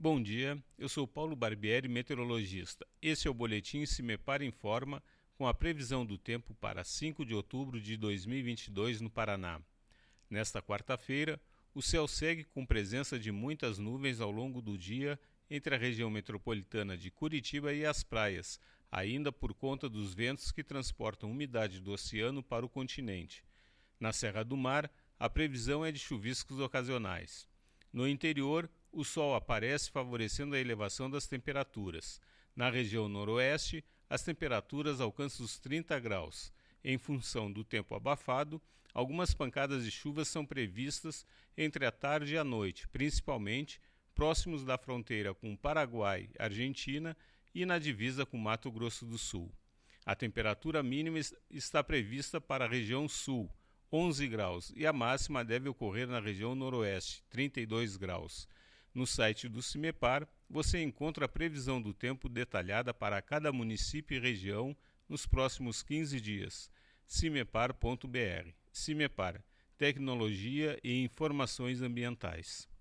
Bom dia, eu sou Paulo Barbieri, meteorologista. Este é o boletim CIMEPAR Informa com a previsão do tempo para 5 de outubro de 2022 no Paraná. Nesta quarta-feira, o céu segue com presença de muitas nuvens ao longo do dia entre a região metropolitana de Curitiba e as praias, ainda por conta dos ventos que transportam umidade do oceano para o continente. Na Serra do Mar, a previsão é de chuviscos ocasionais. No interior, o sol aparece favorecendo a elevação das temperaturas. Na região noroeste, as temperaturas alcançam os 30 graus. Em função do tempo abafado, algumas pancadas de chuva são previstas entre a tarde e a noite, principalmente próximos da fronteira com o Paraguai, Argentina e na divisa com Mato Grosso do Sul. A temperatura mínima está prevista para a região sul, 11 graus, e a máxima deve ocorrer na região noroeste, 32 graus. No site do CIMEPAR, você encontra a previsão do tempo detalhada para cada município e região nos próximos 15 dias. cimepar.br. CIMEPAR, Tecnologia e Informações Ambientais.